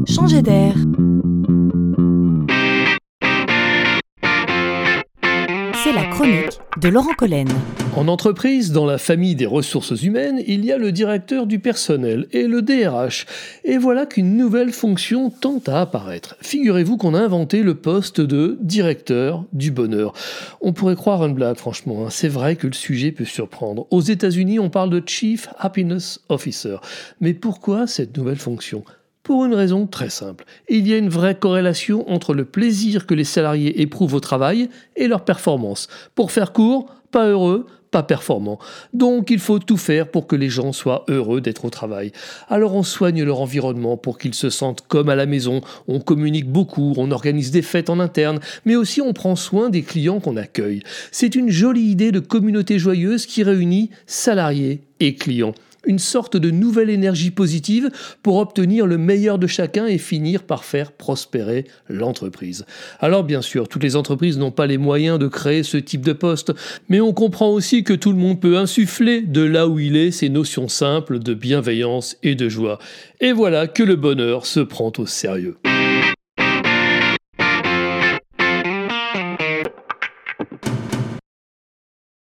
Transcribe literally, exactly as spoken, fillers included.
Changer d'air. C'est la chronique de Laurent Collen. En entreprise, dans la famille des ressources humaines, il y a le directeur du personnel et le D R H. Et voilà qu'une nouvelle fonction tente à apparaître. Figurez-vous qu'on a inventé le poste de directeur du bonheur. On pourrait croire une blague, franchement. Hein. C'est vrai que le sujet peut surprendre. Aux États-Unis, on parle de Chief Happiness Officer. Mais pourquoi cette nouvelle fonction ? Pour une raison très simple. Il y a une vraie corrélation entre le plaisir que les salariés éprouvent au travail et leur performance. Pour faire court, pas heureux, pas performant. Donc il faut tout faire pour que les gens soient heureux d'être au travail. Alors on soigne leur environnement pour qu'ils se sentent comme à la maison, on communique beaucoup, on organise des fêtes en interne, mais aussi on prend soin des clients qu'on accueille. C'est une jolie idée de communauté joyeuse qui réunit salariés et clients. Une sorte de nouvelle énergie positive pour obtenir le meilleur de chacun et finir par faire prospérer l'entreprise. Alors bien sûr, toutes les entreprises n'ont pas les moyens de créer ce type de poste, mais on comprend aussi que tout le monde peut insuffler de là où il est ces notions simples de bienveillance et de joie. Et voilà que le bonheur se prend au sérieux.